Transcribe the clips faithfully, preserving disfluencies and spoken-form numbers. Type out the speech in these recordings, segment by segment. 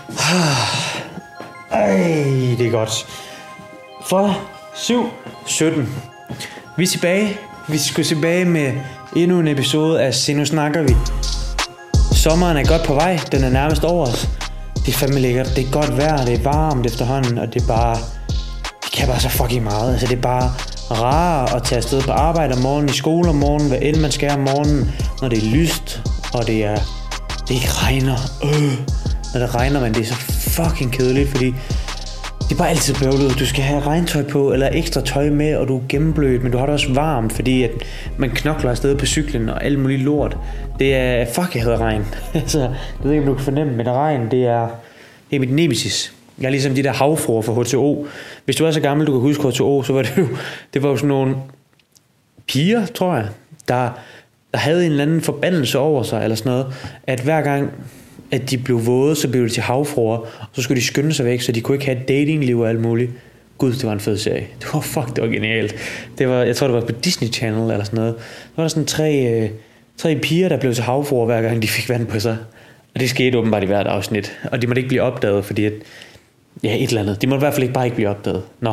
Ej, det er godt. For syv sytten. Vi er tilbage. Vi skal tilbage med endnu en episode af Se Nu Snakker Vi. Sommeren er godt på vej. Den er nærmest over os. Det er fandme lækkert. Det er godt vejr. Det er varmt efterhånden. Og det er bare... Det kan bare så fucking meget. Altså det er bare rart at tage afsted på arbejde om morgenen, i skole om morgenen, hvad end man skal om morgenen, når det er lyst, og det er... Det ikke regner. Øh. Når det regner, men det er så fucking kedeligt, fordi det er bare altid bøvlet. Du skal have regntøj på, eller ekstra tøj med, og du er gennemblødt, men du har det også varmt, fordi at man knokler afsted på cyklen, og alt muligt lort. Det er... Fuck, jeg hedder regn. Altså, jeg ved ikke, om du kan fornemme, men regn, det er... Det er mit nemesis. Jeg er ligesom de der havfruer fra H to O. Hvis du er så gammel, du kan huske H to O, så var det jo... Det var jo sådan nogle piger, tror jeg, der, der havde en eller anden forbandelse over sig, eller sådan noget, at hver gang at de blev våde, så blev de til havfruer, og så skulle de skynde sig væk, så de kunne ikke have et datingliv og alt muligt. Gud, det var en fed serie. Det var fuck, det var genialt. Det var, jeg tror, det var på Disney Channel eller sådan noget. Der var der sådan tre, øh, tre piger, der blev til havfruer, hver gang de fik vand på sig. Og det skete åbenbart i hvert afsnit. Og de måtte ikke blive opdaget, fordi at, ja, et eller andet. De måtte i hvert fald ikke bare ikke blive opdaget. Nå.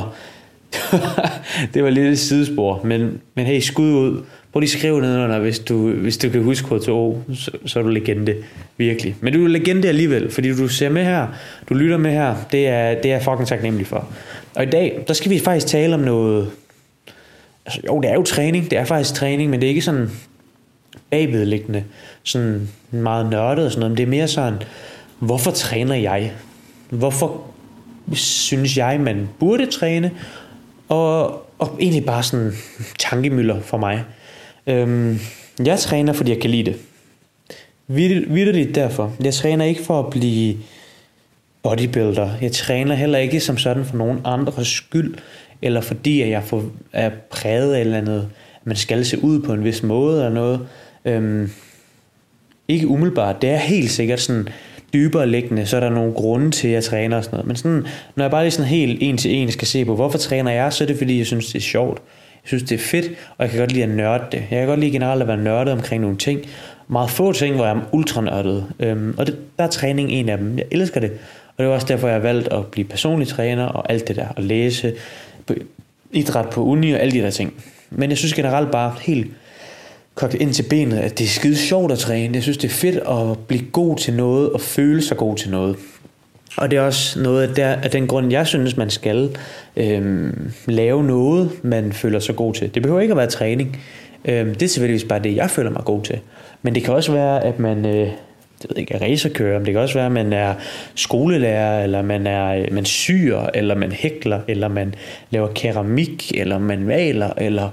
Det var lidt et sidespor. Men, men hey, skud ud. Prøv lige at skrive nedenunder, hvis du, hvis du kan huske H to O, så, så er du legende. Virkelig. Men du er legende alligevel, fordi du ser med her, du lytter med her, det er, det er jeg fucking taknemmelig for. Og i dag, der skal vi faktisk tale om noget... Altså, jo, det er jo træning. Det er faktisk træning, men det er ikke sådan bagvedliggende, sådan meget nørdet og sådan noget. Men det er mere sådan, hvorfor træner jeg? Hvorfor synes jeg, man burde træne? Og, og egentlig bare sådan tankemøller for mig. Øhm, jeg træner, fordi jeg kan lide det. Vitterligt derfor. Jeg træner ikke for at blive bodybuilder. Jeg træner heller ikke som sådan for nogen andres skyld, eller fordi at jeg får, er præget af et eller andet, at man skal se ud på en vis måde eller noget. Øhm, ikke umiddelbart. Det er helt sikkert sådan dybere liggende, så er der nogle grunde til, at jeg træner og sådan noget. Men sådan, når jeg bare lige sådan helt en til en skal se på, hvorfor træner jeg, så er det fordi, jeg synes, det er sjovt. Jeg synes, det er fedt, og jeg kan godt lide at nørde det. Jeg kan godt lide generelt at være nørdet omkring nogle ting. Meget få ting, hvor jeg er ultranørdet. Øhm, og det, der er træning en af dem. Jeg elsker det. Og det er også derfor, jeg har valgt at blive personlig træner og alt det der. Og læse idræt på uni og alle de der ting. Men jeg synes generelt bare helt kogt ind til benet, at det er skide sjovt at træne. Jeg synes, det er fedt at blive god til noget og føle sig god til noget. Og det er også noget af, der, af den grund, jeg synes, man skal øhm, lave noget, man føler sig god til. Det behøver ikke at være træning. Øhm, det er selvfølgelig bare det, jeg føler mig god til. Men det kan også være, at man øh, det ved ikke, er racerkører, men det kan også være, at man er skolelærer, eller man er man syr, eller man hækler, eller man laver keramik, eller man maler, eller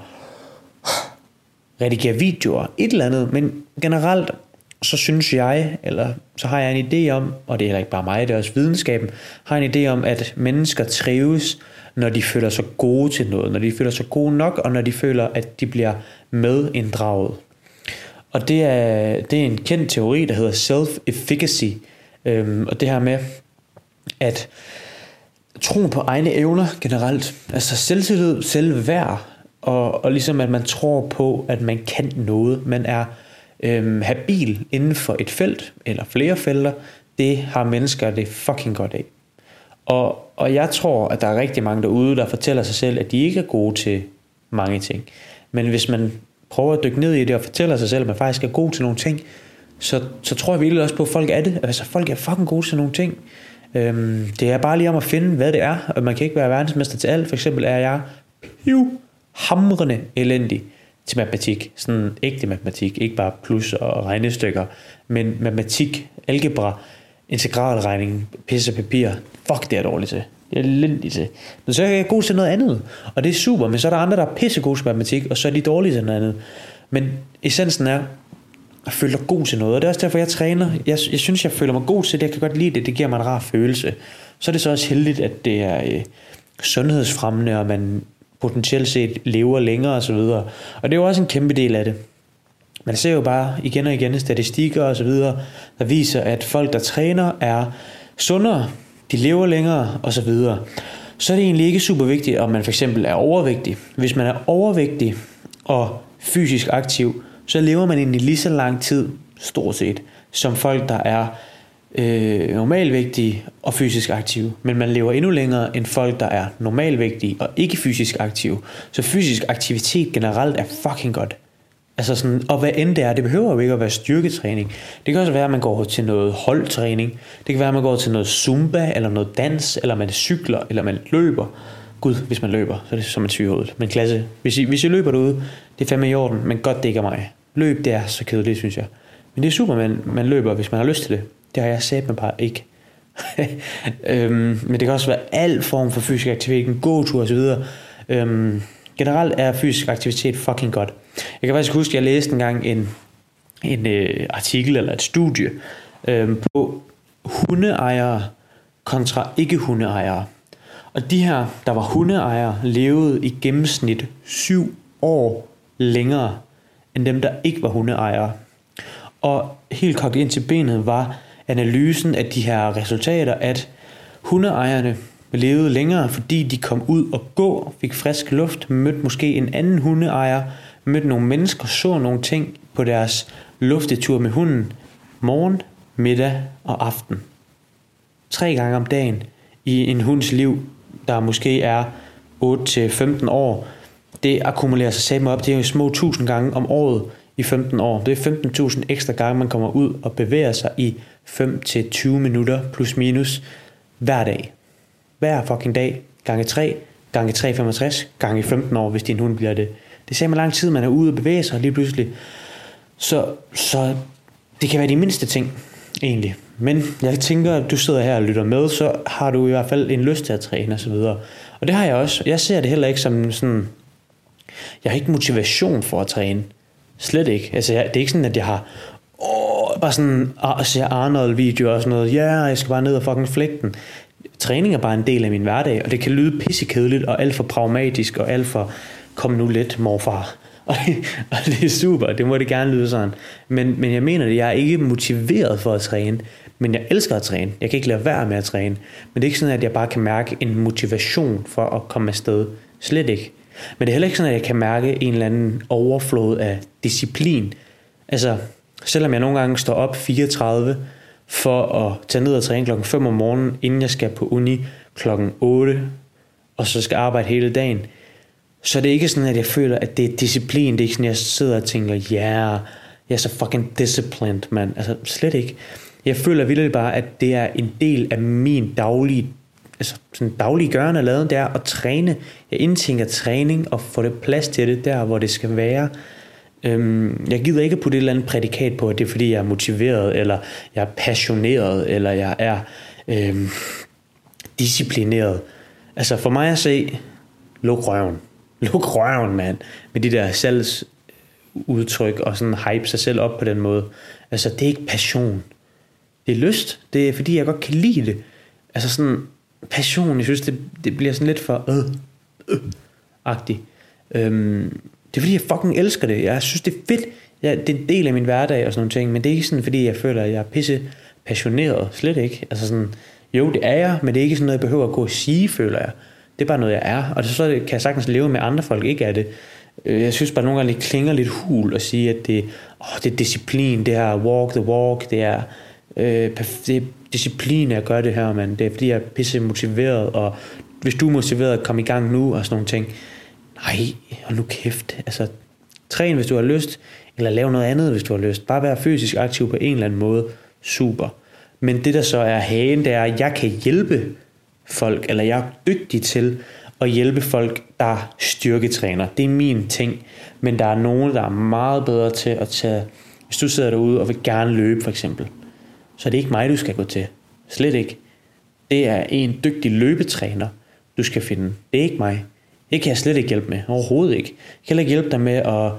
redigerer videoer, et eller andet. Men generelt, så synes jeg, eller så har jeg en idé om, og det er heller ikke bare mig, det er også videnskaben, har en idé om, at mennesker trives, når de føler sig gode til noget, når de føler sig gode nok, og når de føler, at de bliver medinddraget. Og det er, det er en kendt teori, der hedder self-efficacy, øhm, og det her med, at troen på egne evner generelt, altså selvtillid, selvværd, og, og ligesom at man tror på, at man kan noget, man er øhm, habil inden for et felt, eller flere felter, det har mennesker det fucking godt af. Og, og jeg tror, at der er rigtig mange derude, der fortæller sig selv, at de ikke er gode til mange ting. Men hvis man prøver at dykke ned i det og fortæller sig selv, at man faktisk er god til nogle ting, så, så tror jeg virkelig også på, at folk er det. Altså folk er fucking gode til nogle ting. Øhm, det er bare lige om at finde, hvad det er, og man kan ikke være verdensmester til alt. For eksempel er jeg piv hamrende elendig til matematik. Sådan ægte matematik, ikke bare plus og regnestykker, men matematik, algebra, integralregning, pisse papir. Fuck, det er dårligt til. Det er elendigt til. Men så er jeg god til noget andet, og det er super, men så er der andre, der er pisse gode til matematik, og så er de dårlige til noget andet. Men essensen er at føle dig god til noget, og det er også derfor, jeg træner. Jeg, jeg synes, jeg føler mig god til det, jeg kan godt lide det, det giver mig en rar følelse. Så er det så også heldigt, at det er øh, sundhedsfremmende, og man potentielt set lever længere og så videre. Og det er jo også en kæmpe del af det. Man ser jo bare igen og igen statistikker og så videre, der viser, at folk, der træner, er sundere, de lever længere og så videre. Så er det egentlig ikke super vigtigt, om man for eksempel er overvægtig. Hvis man er overvægtig og fysisk aktiv, så lever man egentlig lige så lang tid, stort set, som folk, der er øh, normalvægtige og fysisk aktive. Men man lever endnu længere end folk, der er normalvægtige og ikke fysisk aktive. Så fysisk aktivitet generelt er fucking godt. Altså sådan, og hvad end det er, det behøver jo ikke at være styrketræning. Det kan også være, at man går til noget holdtræning. Det kan være, at man går til noget zumba, eller noget dans, eller man cykler, eller man løber. Gud, hvis man løber, så er det som man syger hovedet. Men klasse, hvis I, hvis I løber derude, det er fandme i orden, men godt det ikke er mig. Løb, det er så kedeligt, synes jeg. Men det er super, man, man løber, hvis man har lyst til det. Det har jeg sagt mig bare ikke. øhm, men det kan også være al form for fysisk aktivitet, en gåtur osv. Øhm, generelt er fysisk aktivitet fucking godt. Jeg kan faktisk huske, at jeg læste engang en, en øh, artikel eller et studie øh, på hundeejere kontra ikke-hundeejere. Og de her, der var hundeejere, levede i gennemsnit syv år længere end dem, der ikke var hundeejere. Og helt kogt ind til benet var analysen af de her resultater, at hundeejerne levede længere, fordi de kom ud og gå, fik frisk luft, mødte måske en anden hundeejer, mødte nogle mennesker, så nogle ting på deres luftetur med hunden, morgen, middag og aften. Tre gange om dagen i en hunds liv, der måske er otte til femten år. Det akkumulerer sig sammen op, det er jo små tusind gange om året i femten år. Det er femten tusind ekstra gange, man kommer ud og bevæger sig i fem til tyve minutter plus minus hver dag. Hver fucking dag, gange tre, gange tre komma femogtres, gange femten år, hvis din hund bliver det. Det ser man lang tid, man er ude og bevæge sig lige pludselig. Så, så det kan være de mindste ting, egentlig. Men jeg tænker, at du sidder her og lytter med, så har du i hvert fald en lyst til at træne osv. Og det har jeg også. Jeg ser det heller ikke som sådan... Jeg har ikke motivation for at træne. Slet ikke. Altså, jeg, det er ikke sådan, at jeg har... Åh, bare sådan... Og ser Arnold-videoer og sådan noget. Ja, jeg skal bare ned og fucking flække den. Træning er bare en del af min hverdag, og det kan lyde pissekedeligt og alt for pragmatisk og alt for... Kom nu lidt, morfar. Og det, og det er super, det må det gerne lyde sådan. Men, men jeg mener det, jeg er ikke motiveret for at træne, men jeg elsker at træne. Jeg kan ikke lade være med at træne. Men det er ikke sådan, at jeg bare kan mærke en motivation for at komme afsted. Slet ikke. Men det er heller ikke sådan, at jeg kan mærke en eller anden overflod af disciplin. Altså, selvom jeg nogle gange står op fireogtredive for at tage ned og træne klokken fem om morgenen, inden jeg skal på uni klokken otte, og så skal arbejde hele dagen, så er det ikke sådan, at jeg føler, at det er disciplin. Det er ikke sådan, at jeg sidder og tænker, ja, yeah, jeg er så fucking disciplined, man. Altså, slet ikke. Jeg føler virkelig bare, at det er en del af min daglige, altså sådan daglige gørne og laden, det er at træne. Jeg indtænker træning og får det plads til det der, hvor det skal være. Øhm, jeg gider ikke putte et eller andet prædikat på, at det er fordi, jeg er motiveret, eller jeg er passioneret, eller jeg er øhm, disciplineret. Altså, for mig at se, luk røven. Luk røven, mand. Med de der salgsudtryk og sådan hype sig selv op på den måde. Altså, det er ikke passion. Det er lyst. Det er fordi, jeg godt kan lide det. Altså sådan, passion, jeg synes, det, det bliver sådan lidt for øh, øh, agtigt. Øhm, det er fordi, jeg fucking elsker det. Jeg synes, det er fedt. Ja, det er en del af min hverdag og sådan nogle ting. Men det er ikke sådan, fordi jeg føler, at jeg er pisse passioneret. Slet ikke. Altså sådan, jo, det er jeg, men det er ikke sådan noget, jeg behøver at gå og sige, føler jeg. Det er bare noget, jeg er. Og så kan jeg sagtens leve med, andre folk ikke er det. Jeg synes bare nogle gange, det klinger lidt hul at sige, at det, åh, det er disciplin, det er walk the walk, det er, øh, det er disciplin at gøre det her, man. Det er fordi, jeg er pisse motiveret, og hvis du er motiveret, kom i gang nu, og sådan nogle ting. Nej, hold nu kæft. Altså, træn, hvis du har lyst, eller lav noget andet, hvis du har lyst. Bare være fysisk aktiv på en eller anden måde. Super. Men det, der så er hagen, det er, at jeg kan hjælpe folk, eller jeg er dygtig til at hjælpe folk, der styrketræner. Det er min ting. Men der er nogen, der er meget bedre til at tage, hvis du sidder derude og vil gerne løbe for eksempel, så er det ikke mig, du skal gå til. Slet ikke. Det er en dygtig løbetræner, du skal finde. Det er ikke mig. Det kan jeg slet ikke hjælpe med. Overhovedet ikke. Jeg kan heller ikke hjælpe dig med at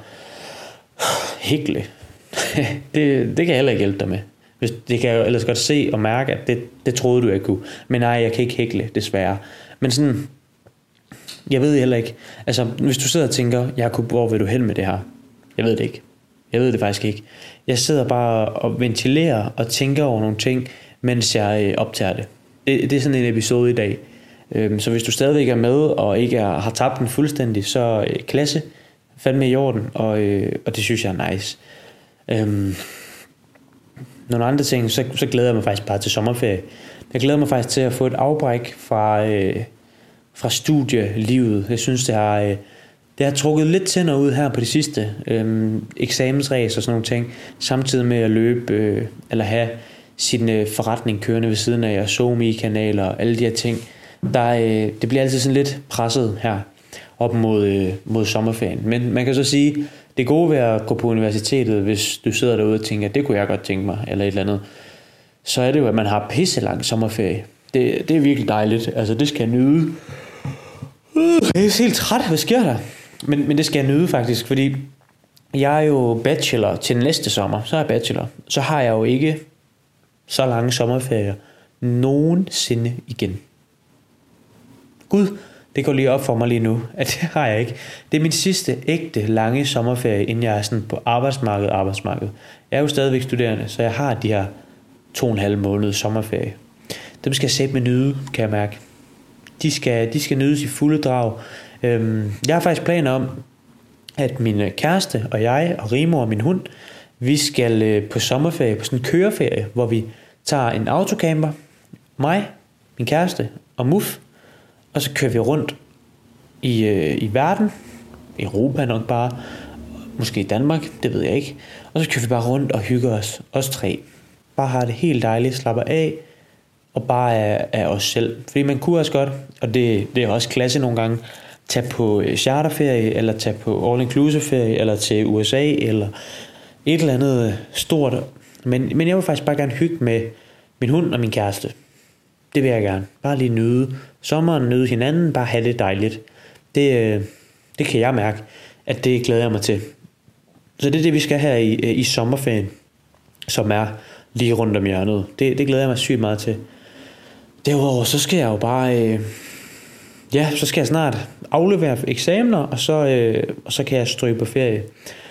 hækle. det, det kan jeg heller ikke hjælpe dig med. Det kan jeg jo ellers godt se og mærke, at det, det troede du, jeg kunne. Men nej, jeg kan ikke hækle, desværre. Men sådan, jeg ved heller ikke. Altså, hvis du sidder og tænker, Jakob, hvor vil du hen med det her? Jeg ved det ikke. Jeg ved det faktisk ikke. Jeg sidder bare og ventilerer og tænker over nogle ting, mens jeg optager det. Det, det er sådan en episode i dag. Så hvis du stadigvæk er med og ikke er, har tabt den fuldstændig, så klasse, fandme i orden, og, og det synes jeg er nice. Øhm, nogle andre ting, så, så glæder jeg mig faktisk bare til sommerferie. Jeg glæder mig faktisk til at få et afbræk fra, øh, fra studielivet. Jeg synes, det har, øh, det har trukket lidt tænder ud her på det sidste. Øh, eksamensræs og sådan nogle ting, samtidig med at løbe, øh, eller have sin øh, forretning kørende ved siden af, og SoMe-kanaler og alle de her ting. Der, øh, det bliver altid sådan lidt presset her op mod, øh, mod sommerferien. Men man kan så sige, det gode ved at gå på universitetet, hvis du sidder derude og tænker, det kunne jeg godt tænke mig, eller et eller andet, så er det jo, at man har pisse lang sommerferie. Det, det er virkelig dejligt. Altså, det skal jeg nyde. Jeg er helt træt. Hvad sker der? Men, men det skal jeg nyde faktisk, fordi jeg er jo bachelor til næste sommer. Så er jeg bachelor. Så har jeg jo ikke så lange sommerferier nogensinde igen. Gud, det går lige op for mig lige nu, at det har jeg ikke. Det er min sidste ægte lange sommerferie, inden jeg er sådan på arbejdsmarkedet, arbejdsmarkedet. Jeg er jo stadigvæk studerende, så jeg har de her to og en halv måned sommerferie. Dem skal jeg sætte med nyde, kan jeg mærke. De skal, de skal nydes i fulde drag. Øhm, jeg har faktisk planer om, at min kæreste og jeg og Rimo og min hund, vi skal øh, på sommerferie, på sådan en køreferie, hvor vi tager en autocamper, mig, min kæreste og Muff, og så kører vi rundt i, øh, i verden, Europa nok bare, måske i Danmark, det ved jeg ikke, og så kører vi bare rundt og hygger os, os tre. Bare har det helt dejligt, slapper af, og bare er, er os selv. Fordi man kunne også godt, og det, det er også klasse nogle gange, tage på charterferie, eller tage på all-inclusive ferie, eller til U S A, eller et eller andet stort. Men, men jeg vil faktisk bare gerne hygge med min hund og min kæreste. Det vil jeg gerne. Bare lige nyde sommeren, nyde hinanden, bare have det dejligt. Det, det kan jeg mærke, at det glæder jeg mig til. Så det er det, vi skal her i, i sommerferien, som er lige rundt om hjørnet. Det, det glæder jeg mig sygt meget til. Derudover, så skal jeg jo bare... Øh, ja, så skal jeg snart aflevere eksamener, og så, øh, og så kan jeg stryge på ferie.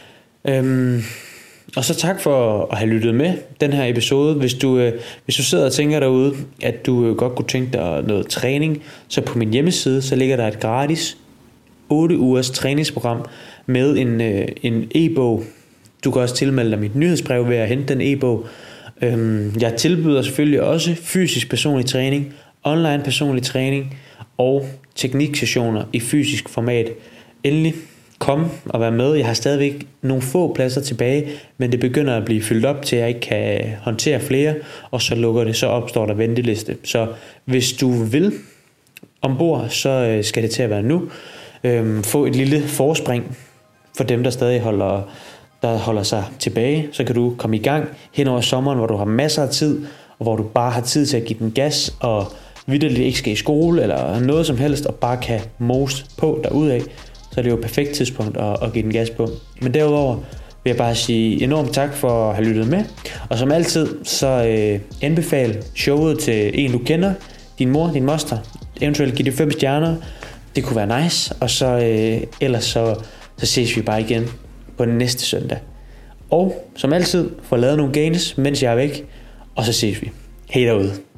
Øhm, og så tak for at have lyttet med den her episode. Hvis du, øh, hvis du sidder og tænker derude, at du øh, godt kunne tænke dig noget træning, så på min hjemmeside, så ligger der et gratis otte ugers træningsprogram med en, øh, en e-bog. Du kan også tilmelde dig mit nyhedsbrev ved at hente den e-bog. Øhm, jeg tilbyder selvfølgelig også fysisk personlig træning, online personlig træning og tekniksessioner i fysisk format. Endelig kom og vær med. Jeg har stadigvæk nogle få pladser tilbage, men det begynder at blive fyldt op til, at jeg ikke kan håndtere flere, og så lukker det, så opstår der venteliste. Så hvis du vil ombord, så skal det til at være nu. Øhm, få et lille forspring for dem, der stadig holder, der holder sig tilbage. Så kan du komme i gang hen over sommeren, hvor du har masser af tid, og hvor du bare har tid til at give den gas, og vitterligt ikke skal i skole eller noget som helst, og bare kan mose på derudaf, så er det jo et perfekt tidspunkt at, at give den gas på. Men derudover vil jeg bare sige enormt tak for at have lyttet med, og som altid, så øh, anbefal showet til en du kender, din mor, din moster, eventuelt give det fem stjerner, det kunne være nice, og så øh, ellers så, så ses vi bare igen på den næste søndag. Og som altid, få lavet nogle gains, mens jeg er væk, og så ses vi. Hej derude.